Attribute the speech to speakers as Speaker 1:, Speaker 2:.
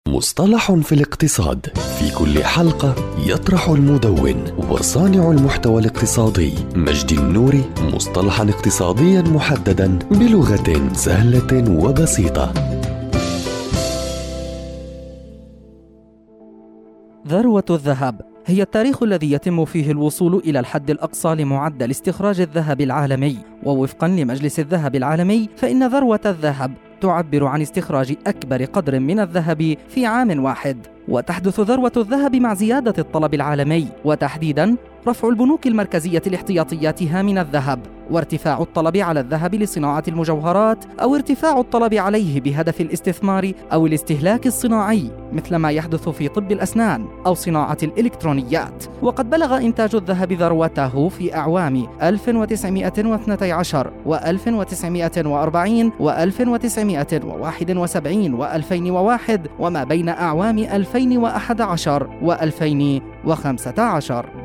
Speaker 1: مصطلح في الاقتصاد. في كل حلقة يطرح المدون وصانع المحتوى الاقتصادي مجدي النوري مصطلحا اقتصاديا محددا بلغة سهلة وبسيطة.
Speaker 2: ذروة الذهب هي التاريخ الذي يتم فيه الوصول إلى الحد الأقصى لمعدل استخراج الذهب العالمي، ووفقا لمجلس الذهب العالمي فإن ذروة الذهب تعبر عن استخراج أكبر قدر من الذهب في عام واحد. وتحدث ذروة الذهب مع زيادة الطلب العالمي، وتحديدا رفع البنوك المركزية لاحتياطياتها من الذهب، وارتفاع الطلب على الذهب لصناعة المجوهرات، أو ارتفاع الطلب عليه بهدف الاستثمار أو الاستهلاك الصناعي، مثل ما يحدث في طب الأسنان أو صناعة الإلكترونيات. وقد بلغ إنتاج الذهب ذروته في أعوام 1912 و1940 و1971 و2001 وما بين أعوام 2011 و2015.